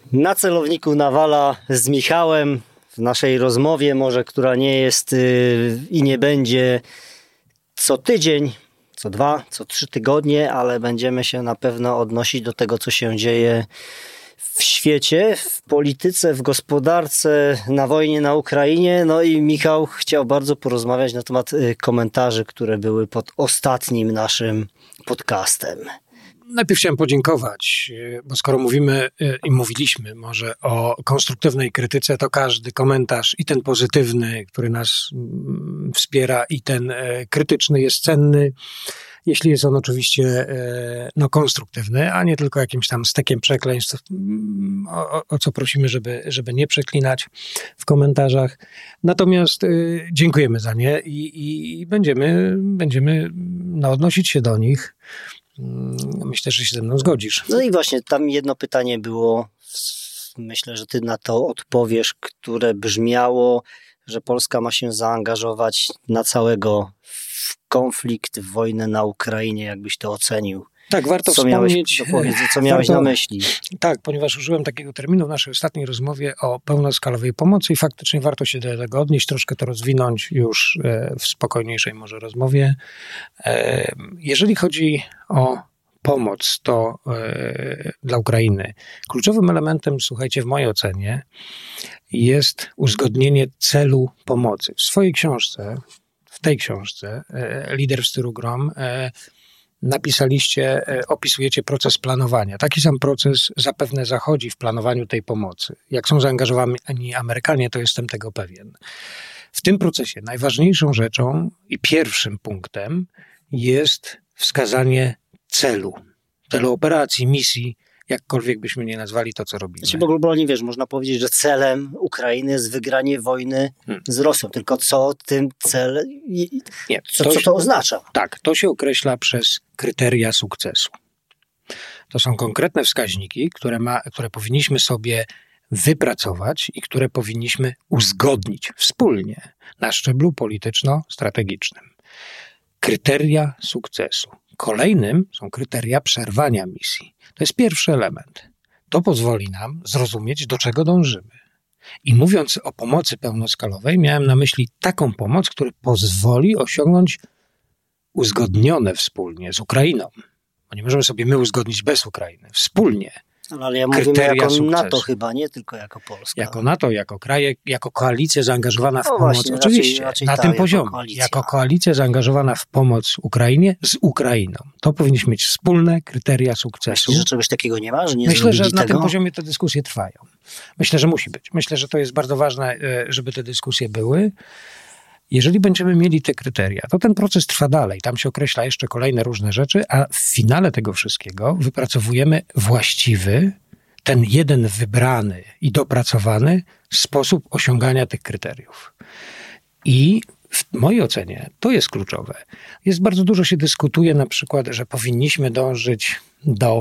Na celowniku Nawala z Michałem w naszej rozmowie, może która nie jest i nie będzie co tydzień, co 2, co 3 tygodnie, ale będziemy się na pewno odnosić do tego, co się dzieje w świecie, w polityce, w gospodarce, na wojnie na Ukrainie. No i Michał chciał bardzo porozmawiać na temat komentarzy, które były pod ostatnim naszym podcastem. Najpierw chciałem podziękować, bo skoro mówimy i mówiliśmy może o konstruktywnej krytyce, to każdy komentarz, i ten pozytywny, który nas wspiera, i ten krytyczny jest cenny, jeśli jest on oczywiście konstruktywny, a nie tylko jakimś tam stekiem przekleństw, o co prosimy, żeby nie przeklinać w komentarzach. Natomiast dziękujemy za nie i będziemy odnosić się do nich. Myślę, że się ze mną zgodzisz. No i właśnie tam jedno pytanie było, myślę, że ty na to odpowiesz, które brzmiało, że Polska ma się zaangażować na całego w konflikt, w wojnę na Ukrainie, jakbyś to ocenił. Tak, warto wspomnieć. Co miałeś na myśli? Tak, ponieważ użyłem takiego terminu w naszej ostatniej rozmowie o pełnoskalowej pomocy i faktycznie warto się do tego odnieść, troszkę to rozwinąć już w spokojniejszej może rozmowie. Jeżeli chodzi o pomoc, to dla Ukrainy kluczowym elementem, słuchajcie, w mojej ocenie jest uzgodnienie celu pomocy. W tej książce Lider w stylu Grom opisujecie proces planowania. Taki sam proces zapewne zachodzi w planowaniu tej pomocy. Jak są zaangażowani Amerykanie, to jestem tego pewien. W tym procesie najważniejszą rzeczą i pierwszym punktem jest wskazanie celu operacji, misji, jakkolwiek byśmy nie nazwali to, co robimy. Znaczy, bo globalnie można powiedzieć, że celem Ukrainy jest wygranie wojny z Rosją. Tylko co tym co to oznacza? Tak, to się określa przez kryteria sukcesu. To są konkretne wskaźniki, które powinniśmy sobie wypracować i które powinniśmy uzgodnić wspólnie na szczeblu polityczno-strategicznym. Kryteria sukcesu. Kolejnym są kryteria przerwania misji. To jest pierwszy element. To pozwoli nam zrozumieć, do czego dążymy. I mówiąc o pomocy pełnoskalowej, miałem na myśli taką pomoc, która pozwoli osiągnąć uzgodnione wspólnie z Ukrainą. Bo nie możemy sobie my uzgodnić bez Ukrainy. Wspólnie. Ale ja mówimy jako sukcesu. NATO chyba, nie tylko jako Polska. Jako NATO, jako kraje, jako koalicja zaangażowana w pomoc. Właśnie, oczywiście, raczej na tym poziomie. Jako koalicja zaangażowana w pomoc Ukrainie z Ukrainą. To powinniśmy mieć wspólne kryteria sukcesu. Myślisz, że czegoś takiego nie ma? Że nie Myślę, że na tego? Tym poziomie te dyskusje trwają. Myślę, że musi być. Myślę, że to jest bardzo ważne, żeby te dyskusje były. Jeżeli będziemy mieli te kryteria, to ten proces trwa dalej. Tam się określa jeszcze kolejne różne rzeczy, a w finale tego wszystkiego wypracowujemy właściwy, ten jeden wybrany i dopracowany sposób osiągania tych kryteriów. I w mojej ocenie to jest kluczowe. Bardzo dużo się dyskutuje na przykład, że powinniśmy dążyć do...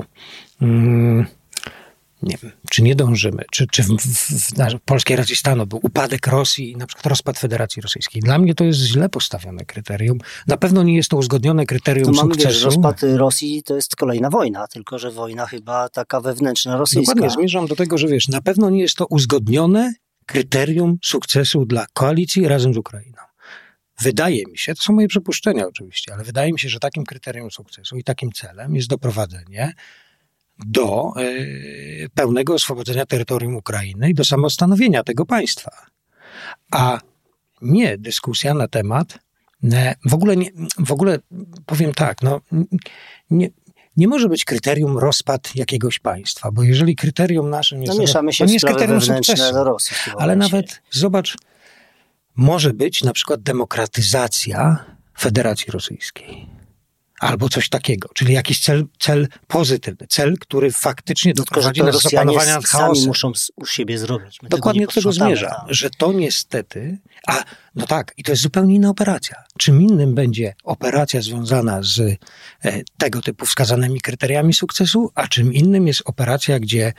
Nie wiem, czy nie dążymy, czy w polskiej racji stanu był upadek Rosji i na przykład rozpad Federacji Rosyjskiej. Dla mnie to jest źle postawione kryterium. Na pewno nie jest to uzgodnione kryterium sukcesu. Wiesz, rozpad Rosji to jest kolejna wojna, tylko że wojna chyba taka wewnętrzna rosyjska. Dokładnie, zmierzam do tego, że na pewno nie jest to uzgodnione kryterium sukcesu dla koalicji razem z Ukrainą. Wydaje mi się, to są moje przypuszczenia oczywiście, ale wydaje mi się, że takim kryterium sukcesu i takim celem jest doprowadzenie do pełnego oswobodzenia terytorium Ukrainy i do samostanowienia tego państwa. A nie dyskusja na temat, w ogóle powiem tak, nie może być kryterium rozpad jakiegoś państwa, bo jeżeli kryterium naszym jest, mieszamy się to nie w jest kryterium sukcesu do Rosji. Ale nawet, zobacz, może być na przykład demokratyzacja Federacji Rosyjskiej. Albo coś takiego, czyli jakiś cel pozytywny, cel, który faktycznie doprowadzi nas do panowania nad chaosem. Sami muszą u siebie zrobić. Dokładnie do tego zmierza, że to niestety, i to jest zupełnie inna operacja. Czym innym będzie operacja związana z tego typu wskazanymi kryteriami sukcesu, a czym innym jest operacja, gdzie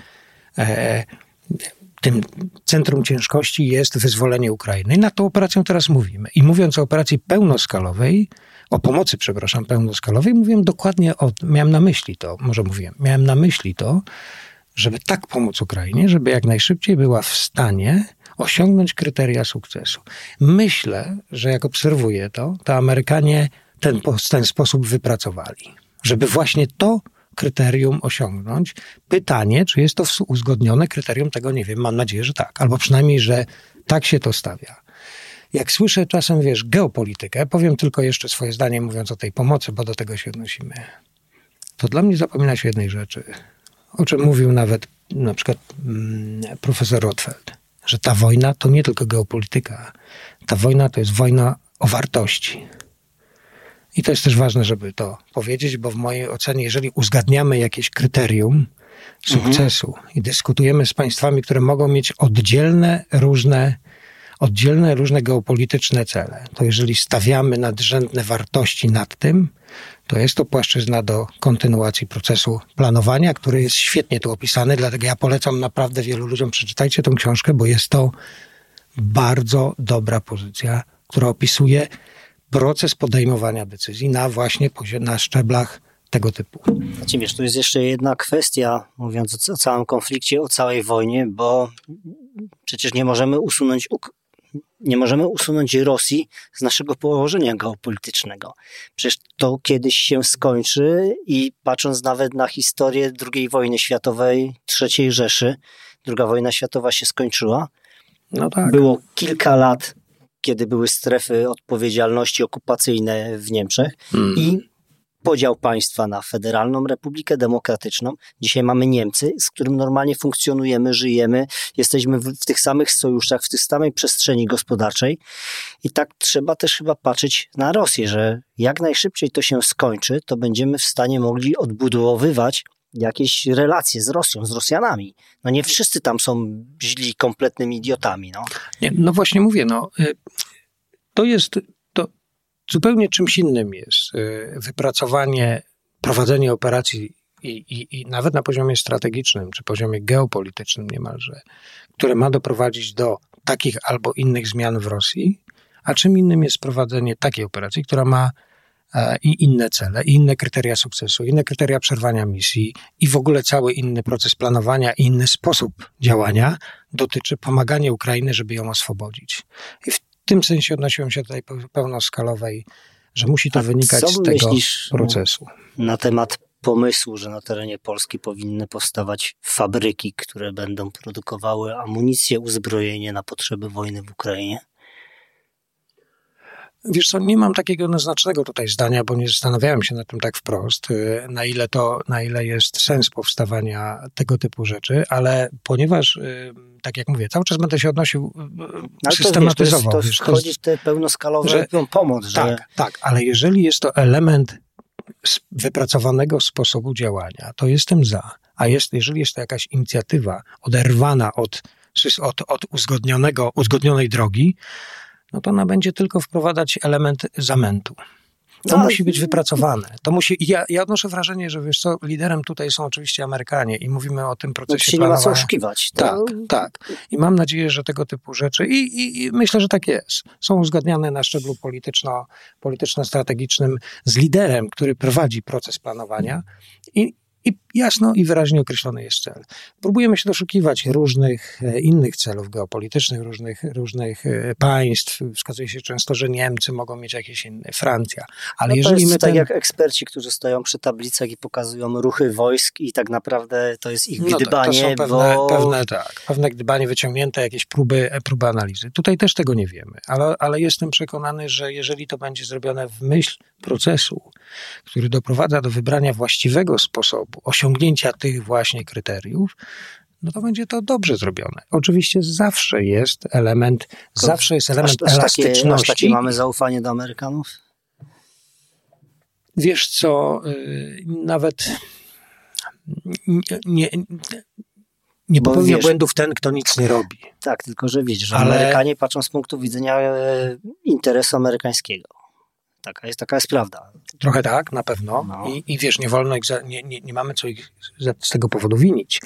tym centrum ciężkości jest wyzwolenie Ukrainy. I nad tą operacją teraz mówimy. I mówiąc o operacji pełnoskalowej, o pomocy, pełnoskalowej, miałem na myśli to, żeby tak pomóc Ukrainie, żeby jak najszybciej była w stanie osiągnąć kryteria sukcesu. Myślę, że jak obserwuję to Amerykanie ten sposób wypracowali, żeby właśnie to kryterium osiągnąć. Pytanie, czy jest to uzgodnione kryterium, tego nie wiem. Mam nadzieję, że tak. Albo przynajmniej, że tak się to stawia. Jak słyszę czasem, geopolitykę, powiem tylko jeszcze swoje zdanie mówiąc o tej pomocy, bo do tego się odnosimy. To dla mnie zapomina się jednej rzeczy, o czym mówił nawet na przykład profesor Rothfeld, że ta wojna to nie tylko geopolityka. Ta wojna to jest wojna o wartości. I to jest też ważne, żeby to powiedzieć, bo w mojej ocenie, jeżeli uzgadniamy jakieś kryterium sukcesu i dyskutujemy z państwami, które mogą mieć oddzielne różne geopolityczne cele, to jeżeli stawiamy nadrzędne wartości nad tym, to jest to płaszczyzna do kontynuacji procesu planowania, który jest świetnie tu opisany, dlatego ja polecam naprawdę wielu ludziom, przeczytajcie tę książkę, bo jest to bardzo dobra pozycja, która opisuje proces podejmowania decyzji na szczeblach tego typu. Znaczy, tu jest jeszcze jedna kwestia, mówiąc o całym konflikcie, o całej wojnie, bo przecież nie możemy usunąć Rosji z naszego położenia geopolitycznego. Przecież to kiedyś się skończy i patrząc nawet na historię II wojny światowej, III Rzeszy, II wojna światowa się skończyła. No tak. Było kilka lat, kiedy były strefy odpowiedzialności okupacyjne w Niemczech i podział państwa na Federalną Republikę Demokratyczną. Dzisiaj mamy Niemcy, z którym normalnie funkcjonujemy, żyjemy, jesteśmy w tych samych sojuszach, w tej samej przestrzeni gospodarczej i tak trzeba też chyba patrzeć na Rosję, że jak najszybciej to się skończy, to będziemy w stanie mogli odbudowywać jakieś relacje z Rosją, z Rosjanami. No nie wszyscy tam są źli, kompletnymi idiotami. No, no właśnie mówię, to zupełnie czymś innym jest wypracowanie, prowadzenie operacji i nawet na poziomie strategicznym, czy poziomie geopolitycznym niemalże, które ma doprowadzić do takich albo innych zmian w Rosji, a czym innym jest prowadzenie takiej operacji, która ma i inne cele, i inne kryteria sukcesu, inne kryteria przerwania misji i w ogóle cały inny proces planowania i inny sposób działania dotyczy pomagania Ukrainy, żeby ją oswobodzić. I w tym sensie odnosiłem się do tej pełnoskalowej, że musi to wynikać z tego procesu. Na temat pomysłu, że na terenie Polski powinny powstawać fabryki, które będą produkowały amunicję, uzbrojenie na potrzeby wojny w Ukrainie? Wiesz co, nie mam takiego jednoznacznego tutaj zdania, bo nie zastanawiałem się nad tym tak wprost, na ile jest sens powstawania tego typu rzeczy, ale ponieważ, tak jak mówię, cały czas będę się odnosił, systematyzował. To wchodzi w tę pełnoskalową pomoc. Tak, ale jeżeli jest to element wypracowanego sposobu działania, to jestem za. A jeżeli jest to jakaś inicjatywa oderwana od uzgodnionej drogi, no to ona będzie tylko wprowadzać element zamętu. To musi być wypracowane. Ja odnoszę wrażenie, że wiesz co, liderem tutaj są oczywiście Amerykanie i mówimy o tym procesie planowania. Nie ma co oszukiwać. Tak. I mam nadzieję, że tego typu rzeczy i myślę, że tak jest. Są uzgadniane na szczeblu polityczno-strategicznym z liderem, który prowadzi proces planowania i jasno i wyraźnie określony jest cel. Próbujemy się doszukiwać różnych innych celów geopolitycznych, różnych państw. Wskazuje się często, że Niemcy mogą mieć jakieś inne, Francja. Ale jeżeli to jest tak jak eksperci, którzy stoją przy tablicach i pokazują ruchy wojsk i tak naprawdę to jest ich gdybanie. To są pewne gdybanie wyciągnięte, jakieś próby analizy. Tutaj też tego nie wiemy, ale jestem przekonany, że jeżeli to będzie zrobione w myśl procesu, który doprowadza do wybrania właściwego sposobu osiągnięcia tych właśnie kryteriów, no to będzie to dobrze zrobione. Oczywiście zawsze jest element elastyczności. Aż takie mamy zaufanie do Amerykanów? Wiesz co, nawet nie popełnia błędów ten, kto nic nie robi. Tak, tylko że widzisz, że Amerykanie patrzą z punktu widzenia interesu amerykańskiego. Taka jest prawda. Trochę tak, na pewno. No. I wiesz, nie wolno nie mamy co ich z tego powodu winić.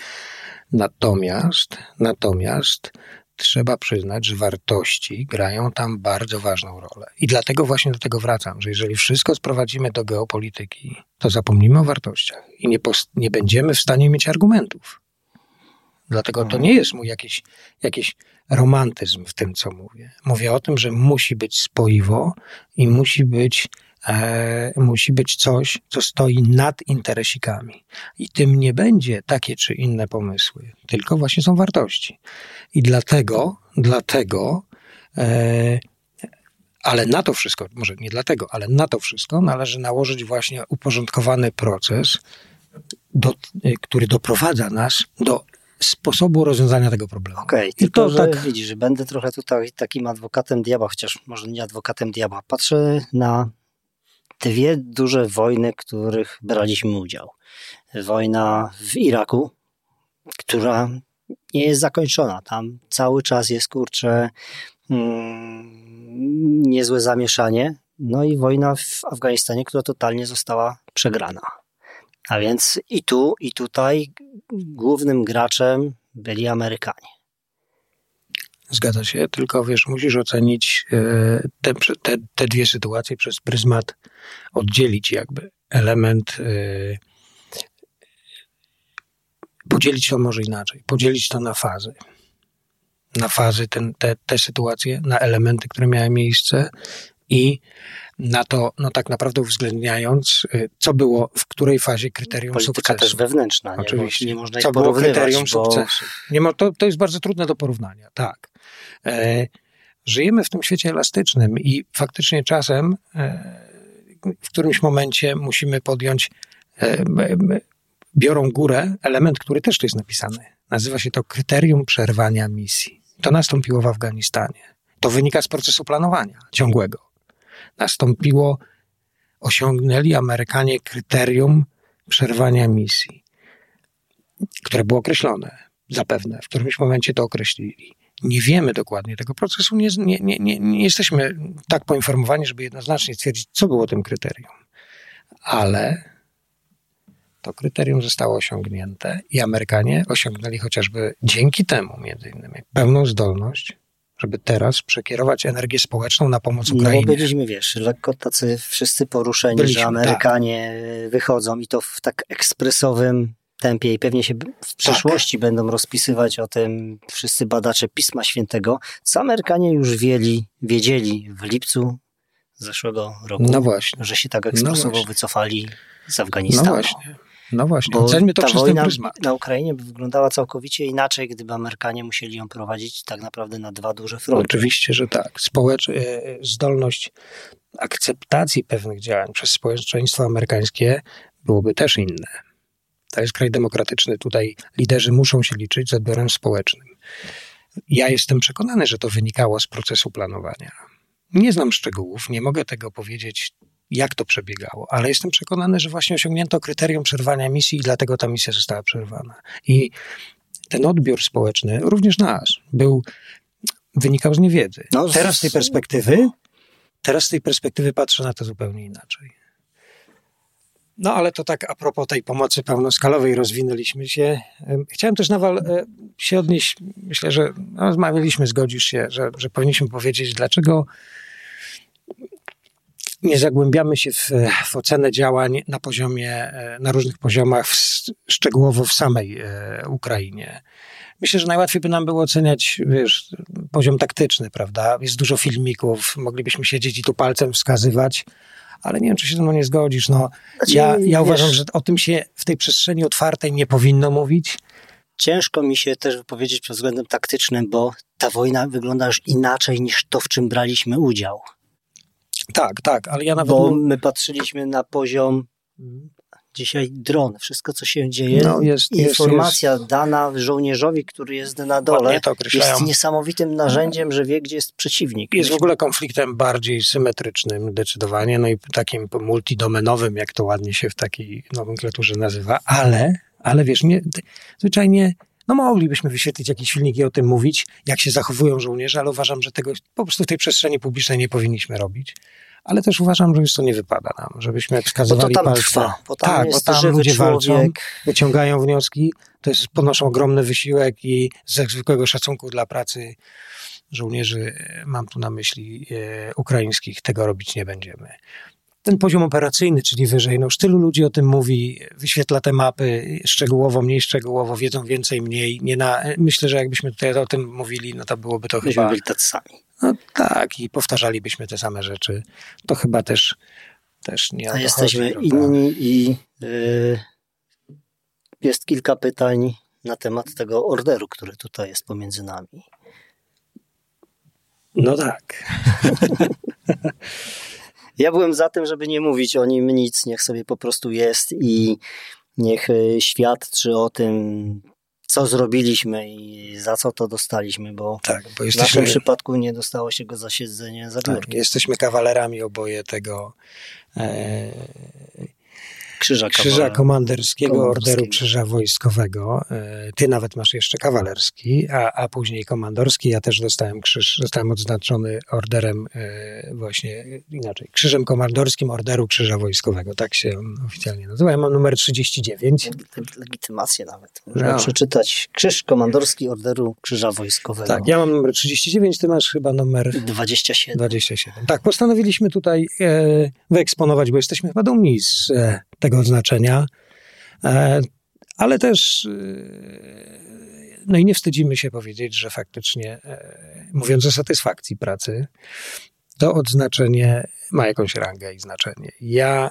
Natomiast trzeba przyznać, że wartości grają tam bardzo ważną rolę. I dlatego właśnie do tego wracam, że jeżeli wszystko sprowadzimy do geopolityki, to zapomnimy o wartościach i nie będziemy w stanie mieć argumentów. Dlatego to nie jest mój jakiś romantyzm w tym, co mówię. Mówię o tym, że musi być spoiwo i musi być coś, co stoi nad interesikami. I tym nie będzie takie czy inne pomysły, tylko właśnie są wartości. I dlatego, ale na to wszystko, może nie dlatego, ale na to wszystko należy nałożyć właśnie uporządkowany proces, który doprowadza nas do sposobu rozwiązania tego problemu. Okej, tylko że widzisz, że będę trochę tutaj takim adwokatem diabła, chociaż może nie adwokatem diabła. Patrzę na dwie duże wojny, w których braliśmy udział. Wojna w Iraku, która nie jest zakończona. Tam cały czas jest, niezłe zamieszanie. No i wojna w Afganistanie, która totalnie została przegrana. A więc i tutaj głównym graczem byli Amerykanie. Zgadza się, tylko wiesz, musisz ocenić te dwie sytuacje przez pryzmat, oddzielić jakby element, podzielić to może inaczej, podzielić to na fazy. Na fazy te sytuacje, na elementy, które miały miejsce i na to, no tak naprawdę uwzględniając, co było w której fazie kryterium Polityka sukcesu. też wewnętrzna, nie? Oczywiście. Nie można ich co było porównywać, kryterium sukcesu. To jest bardzo trudne do porównania, tak. Żyjemy w tym świecie elastycznym i faktycznie czasem w którymś momencie musimy podjąć, biorą górę element, który też tu jest napisany. Nazywa się to kryterium przerwania misji. To nastąpiło w Afganistanie. To wynika z procesu planowania ciągłego. Osiągnęli Amerykanie kryterium przerwania misji, które było określone, zapewne, w którymś momencie to określili. Nie wiemy dokładnie tego procesu, nie jesteśmy tak poinformowani, żeby jednoznacznie stwierdzić, co było tym kryterium. Ale to kryterium zostało osiągnięte i Amerykanie osiągnęli chociażby dzięki temu, między innymi, pełną zdolność, żeby teraz przekierować energię społeczną na pomoc Ukrainie. No byliśmy, wiesz, lekko tacy wszyscy poruszeni, że Amerykanie wychodzą i to w tak ekspresowym tempie i pewnie się w przyszłości będą rozpisywać o tym wszyscy badacze Pisma Świętego, co Amerykanie już wiedzieli w lipcu zeszłego roku, że się tak ekspresowo wycofali z Afganistanu. No właśnie, bo oceńmy to ta przez wojna ten pryzmat. Na Ukrainie by wyglądała całkowicie inaczej, gdyby Amerykanie musieli ją prowadzić tak naprawdę na dwa duże fronty. Oczywiście, że tak. Zdolność akceptacji pewnych działań przez społeczeństwo amerykańskie byłoby też inne. To jest kraj demokratyczny. Tutaj liderzy muszą się liczyć z odbiorem społecznym. Ja jestem przekonany, że to wynikało z procesu planowania. Nie znam szczegółów, nie mogę tego powiedzieć, jak to przebiegało, ale jestem przekonany, że właśnie osiągnięto kryterium przerwania misji i dlatego ta misja została przerwana. I ten odbiór społeczny, również nasz, wynikał z niewiedzy. Teraz z tej perspektywy patrzę na to zupełnie inaczej. No ale to tak a propos tej pomocy pełnoskalowej rozwinęliśmy się. Chciałem też, Nawal, się odnieść, myślę, że rozmawialiśmy, zgodzisz się, że powinniśmy powiedzieć, dlaczego nie zagłębiamy się w ocenę działań na różnych poziomach, szczegółowo w samej Ukrainie. Myślę, że najłatwiej by nam było oceniać, poziom taktyczny, prawda? Jest dużo filmików, moglibyśmy siedzieć i tu palcem wskazywać, ale nie wiem, czy się ze mną nie zgodzisz. Ja uważam, że o tym się w tej przestrzeni otwartej nie powinno mówić. Ciężko mi się też wypowiedzieć pod względem taktycznym, bo ta wojna wygląda już inaczej niż to, w czym braliśmy udział. Tak, ale ja nawet... Bo my patrzyliśmy na poziom dzisiaj dron, wszystko co się dzieje, informacja dana żołnierzowi, który jest na dole, jest niesamowitym narzędziem, że wie, gdzie jest przeciwnik. Jest w ogóle konfliktem bardziej symetrycznym zdecydowanie, no i takim multidomenowym, jak to ładnie się w takiej nomenklaturze nazywa, ale wiesz, zwyczajnie moglibyśmy wyświetlić jakieś filmiki i o tym mówić, jak się zachowują żołnierze, ale uważam, że tego po prostu w tej przestrzeni publicznej nie powinniśmy robić. Ale też uważam, że już to nie wypada nam, żebyśmy wskazywali palce. Bo tam ludzie walczą, wyciągają wnioski, ponoszą ogromny wysiłek i ze zwykłego szacunku dla pracy żołnierzy, mam tu na myśli ukraińskich, tego robić nie będziemy. ten poziom operacyjny, czyli wyżej. No już tylu ludzi o tym mówi, wyświetla te mapy szczegółowo, mniej szczegółowo, wiedzą więcej, mniej. Myślę, że jakbyśmy tutaj o tym mówili, no to byłoby to Byśmy byli tacy sami. No tak, i powtarzalibyśmy te same rzeczy. To chyba też nie o to jesteśmy chodzi, inni i jest kilka pytań na temat tego orderu, który tutaj jest pomiędzy nami. No tak. Ja byłem za tym, żeby nie mówić o nim nic, niech sobie po prostu jest i niech świadczy o tym, co zrobiliśmy i za co to dostaliśmy, bo, tak, bo w naszym przypadku nie dostało się go za siedzenie za biurkiem. Tak, jesteśmy kawalerami oboje tego Krzyża Komanderskiego, Orderu Krzyża Wojskowego. Ty nawet masz jeszcze kawalerski, a później komandorski. Ja też dostałem krzyż, zostałem odznaczony orderem właśnie inaczej. Krzyżem Komandorskim Orderu Krzyża Wojskowego. Tak się on oficjalnie nazywa. Ja mam numer 39. Legitymację nawet. Można przeczytać. Krzyż Komandorski Orderu Krzyża Wojskowego. Tak, ja mam numer 39, ty masz chyba numer 27. Tak, postanowiliśmy tutaj wyeksponować, bo jesteśmy chyba dumni z tego odznaczenia, ale też no i nie wstydzimy się powiedzieć, że faktycznie, mówiąc o satysfakcji pracy, to odznaczenie ma jakąś rangę i znaczenie. Ja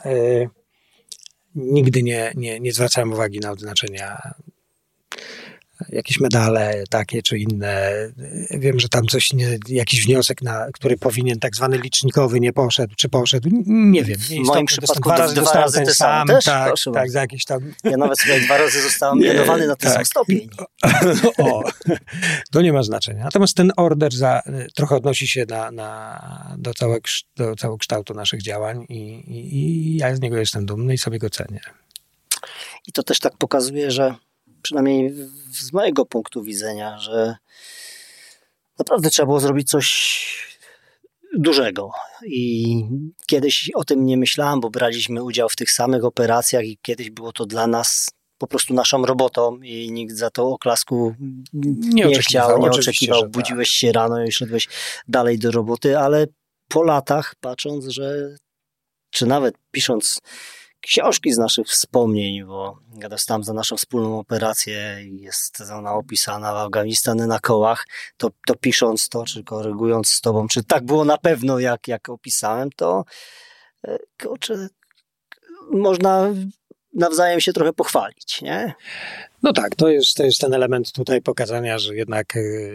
nigdy nie zwracałem uwagi na odznaczenia, jakieś medale takie czy inne. Wiem, że tam jakiś wniosek, który powinien tak zwany licznikowy nie poszedł, czy poszedł, nie wiem. W moim przypadku dwa razy te same też? Tak, za jakieś tam... Ja nawet sobie 2 razy zostałem mianowany na ten sam stopień. To nie ma znaczenia. Natomiast ten order trochę odnosi się do całokształtu naszych działań i ja z niego jestem dumny i sobie go cenię. I to też tak pokazuje, że przynajmniej z mojego punktu widzenia, że naprawdę trzeba było zrobić coś dużego. I kiedyś o tym nie myślałem, bo braliśmy udział w tych samych operacjach i kiedyś było to dla nas po prostu naszą robotą i nikt za to oklasku nie oczekiwał. Budziłeś się rano i szedłeś dalej do roboty, ale po latach patrząc, czy nawet pisząc książki z naszych wspomnień, bo ja dostałem za naszą wspólną operację i jest ona opisana w Afganistanie na kołach, to pisząc to, czy korygując z tobą, czy tak było na pewno, jak opisałem, to można nawzajem się trochę pochwalić, nie? No tak, to jest ten element tutaj pokazania, że jednak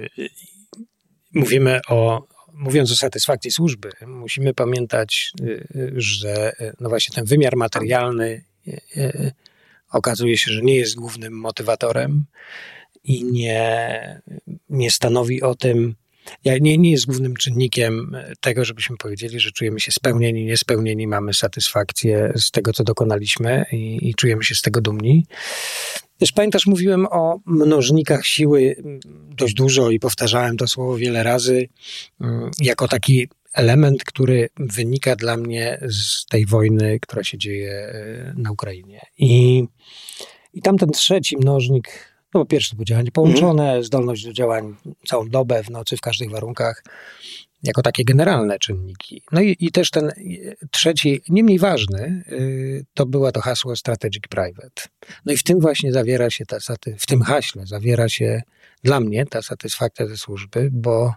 mówiąc o satysfakcji służby, musimy pamiętać, że no właśnie ten wymiar materialny okazuje się, że nie jest głównym motywatorem i nie stanowi o tym, nie jest głównym czynnikiem tego, żebyśmy powiedzieli, że czujemy się spełnieni, niespełnieni, mamy satysfakcję z tego, co dokonaliśmy i czujemy się z tego dumni. Też pamiętasz, mówiłem o mnożnikach siły dość dużo i powtarzałem to słowo wiele razy jako taki element, który wynika dla mnie z tej wojny, która się dzieje na Ukrainie. I tamten trzeci mnożnik, no po pierwsze to było działanie połączone, zdolność do działań całą dobę, w nocy, w każdych warunkach, jako takie generalne czynniki. No i też ten trzeci, nie mniej ważny, to było to hasło Strategic Private. No i w tym właśnie w tym haśle zawiera się dla mnie ta satysfakcja ze służby, bo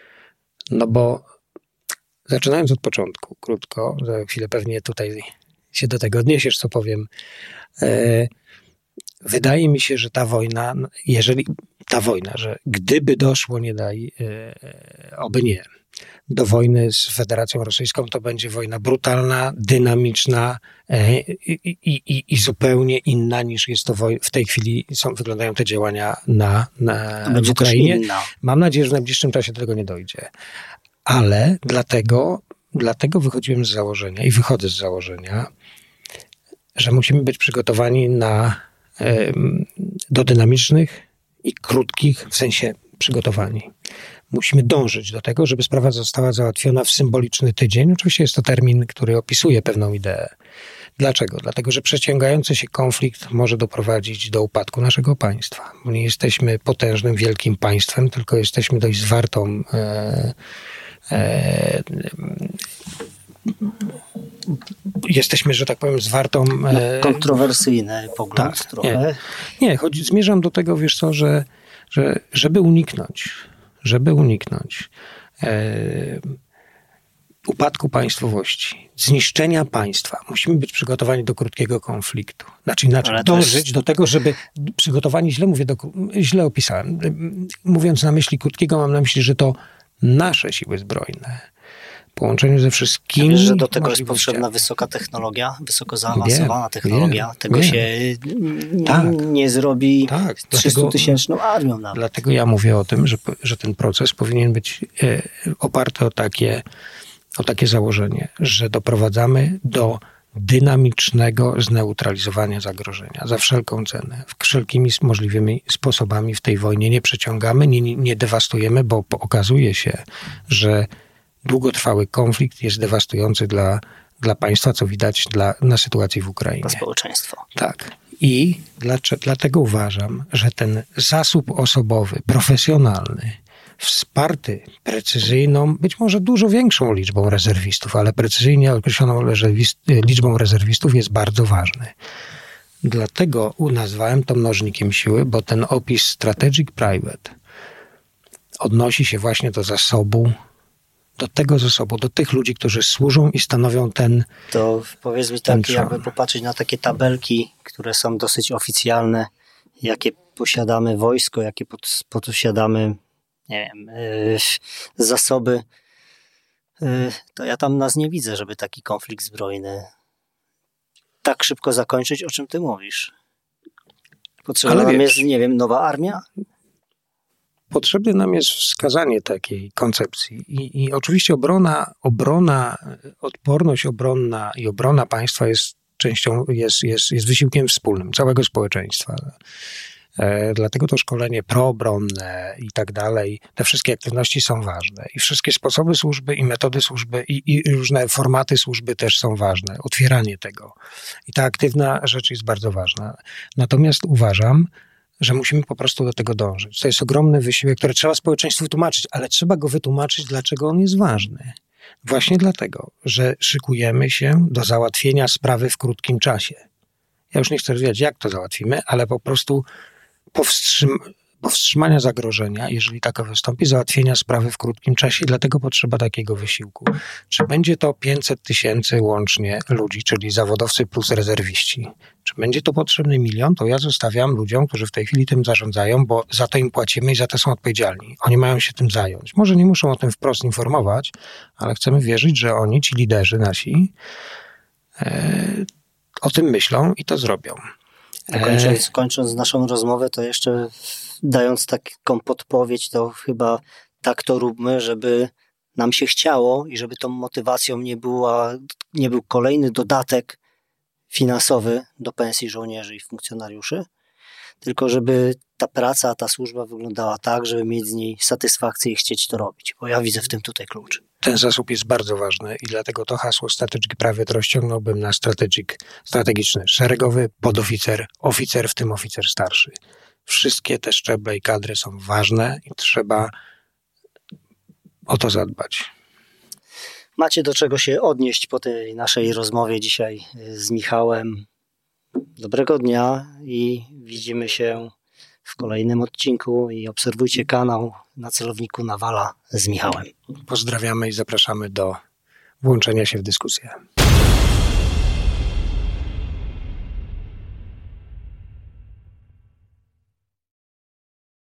zaczynając od początku, krótko, za chwilę pewnie tutaj się do tego odniesiesz, co powiem, wydaje mi się, że że gdyby doszło, oby nie, do wojny z Federacją Rosyjską, to będzie wojna brutalna, dynamiczna i zupełnie inna niż jest to w tej chwili wyglądają te działania w Ukrainie. Mam nadzieję, że w najbliższym czasie do tego nie dojdzie. Ale dlatego wychodziłem z założenia i wychodzę z założenia, że musimy być przygotowani do dynamicznych i krótkich, w sensie przygotowani. Musimy dążyć do tego, żeby sprawa została załatwiona w symboliczny tydzień. Oczywiście jest to termin, który opisuje pewną ideę. Dlaczego? Dlatego, że przeciągający się konflikt może doprowadzić do upadku naszego państwa. Nie jesteśmy potężnym, wielkim państwem, tylko jesteśmy dość zwartą jesteśmy, że tak powiem, zwartą... Kontrowersyjny pogląd tak, trochę. Nie, zmierzam do tego, wiesz co, że żeby uniknąć upadku państwowości, zniszczenia państwa, musimy być przygotowani do krótkiego konfliktu. Znaczy inaczej, dążyć do tego, żeby przygotowani, źle opisałem. Mówiąc na myśli krótkiego, mam na myśli, że to nasze siły zbrojne w połączeniu ze wszystkimi... Wiesz, że do tego jest potrzebna wysoka technologia, wysoko zaawansowana technologia. Tego się nie zrobi 300-tysięczną armią nawet. Dlatego ja mówię o tym, że ten proces powinien być oparty o takie założenie, że doprowadzamy do dynamicznego zneutralizowania zagrożenia za wszelką cenę. Wszelkimi możliwymi sposobami w tej wojnie nie przeciągamy, nie dewastujemy, bo okazuje się, że długotrwały konflikt jest dewastujący dla państwa, co widać na sytuacji w Ukrainie. Dla społeczeństwa. Tak. I dlatego uważam, że ten zasób osobowy, profesjonalny, wsparty precyzyjną, być może dużo większą liczbą rezerwistów, ale precyzyjnie określoną liczbą rezerwistów jest bardzo ważny. Dlatego nazwałem to mnożnikiem siły, bo ten opis Strategic Private odnosi się właśnie do tych ludzi, którzy służą i stanowią ten... To powiedz mi tak, jakby popatrzeć na takie tabelki, które są dosyć oficjalne, jakie posiadamy wojsko, jakie posiadamy, nie wiem, zasoby, to ja tam nas nie widzę, żeby taki konflikt zbrojny tak szybko zakończyć, o czym ty mówisz. Potrzebna nam jest, nie wiem, nowa armia? Potrzebne nam jest wskazanie takiej koncepcji. I oczywiście odporność obronna i obrona państwa jest częścią, jest wysiłkiem wspólnym całego społeczeństwa. Dlatego to szkolenie proobronne i tak dalej, te wszystkie aktywności są ważne. I wszystkie sposoby służby i metody służby i różne formaty służby też są ważne. Otwieranie tego. I ta aktywna rzecz jest bardzo ważna. Natomiast uważam, że musimy po prostu do tego dążyć. To jest ogromny wysiłek, który trzeba społeczeństwu wytłumaczyć, ale trzeba go wytłumaczyć, dlaczego on jest ważny. Właśnie dlatego, że szykujemy się do załatwienia sprawy w krótkim czasie. Ja już nie chcę rozwijać, jak to załatwimy, ale po prostu powstrzymania zagrożenia, jeżeli taka wystąpi, załatwienia sprawy w krótkim czasie i dlatego potrzeba takiego wysiłku. Czy będzie to 500 000 łącznie ludzi, czyli zawodowcy plus rezerwiści? Czy będzie to potrzebny 1 000 000? To ja zostawiam ludziom, którzy w tej chwili tym zarządzają, bo za to im płacimy i za to są odpowiedzialni. Oni mają się tym zająć. Może nie muszą o tym wprost informować, ale chcemy wierzyć, że oni, ci liderzy nasi, o tym myślą i to zrobią. Kończąc naszą rozmowę, to jeszcze dając taką podpowiedź, to chyba tak to róbmy, żeby nam się chciało i żeby tą motywacją nie był kolejny dodatek finansowy do pensji żołnierzy i funkcjonariuszy, tylko żeby ta praca, ta służba wyglądała tak, żeby mieć z niej satysfakcję i chcieć to robić, bo ja widzę w tym tutaj klucz. Ten zasób jest bardzo ważny i dlatego to hasło Strategic Private rozciągnąłbym na strategiczny, szeregowy, podoficer, oficer, w tym oficer starszy. Wszystkie te szczeble i kadry są ważne i trzeba o to zadbać. Macie do czego się odnieść po tej naszej rozmowie dzisiaj z Michałem. Dobrego dnia i widzimy się w kolejnym odcinku i obserwujcie kanał na celowniku Nawala z Michałem. Pozdrawiamy i zapraszamy do włączenia się w dyskusję.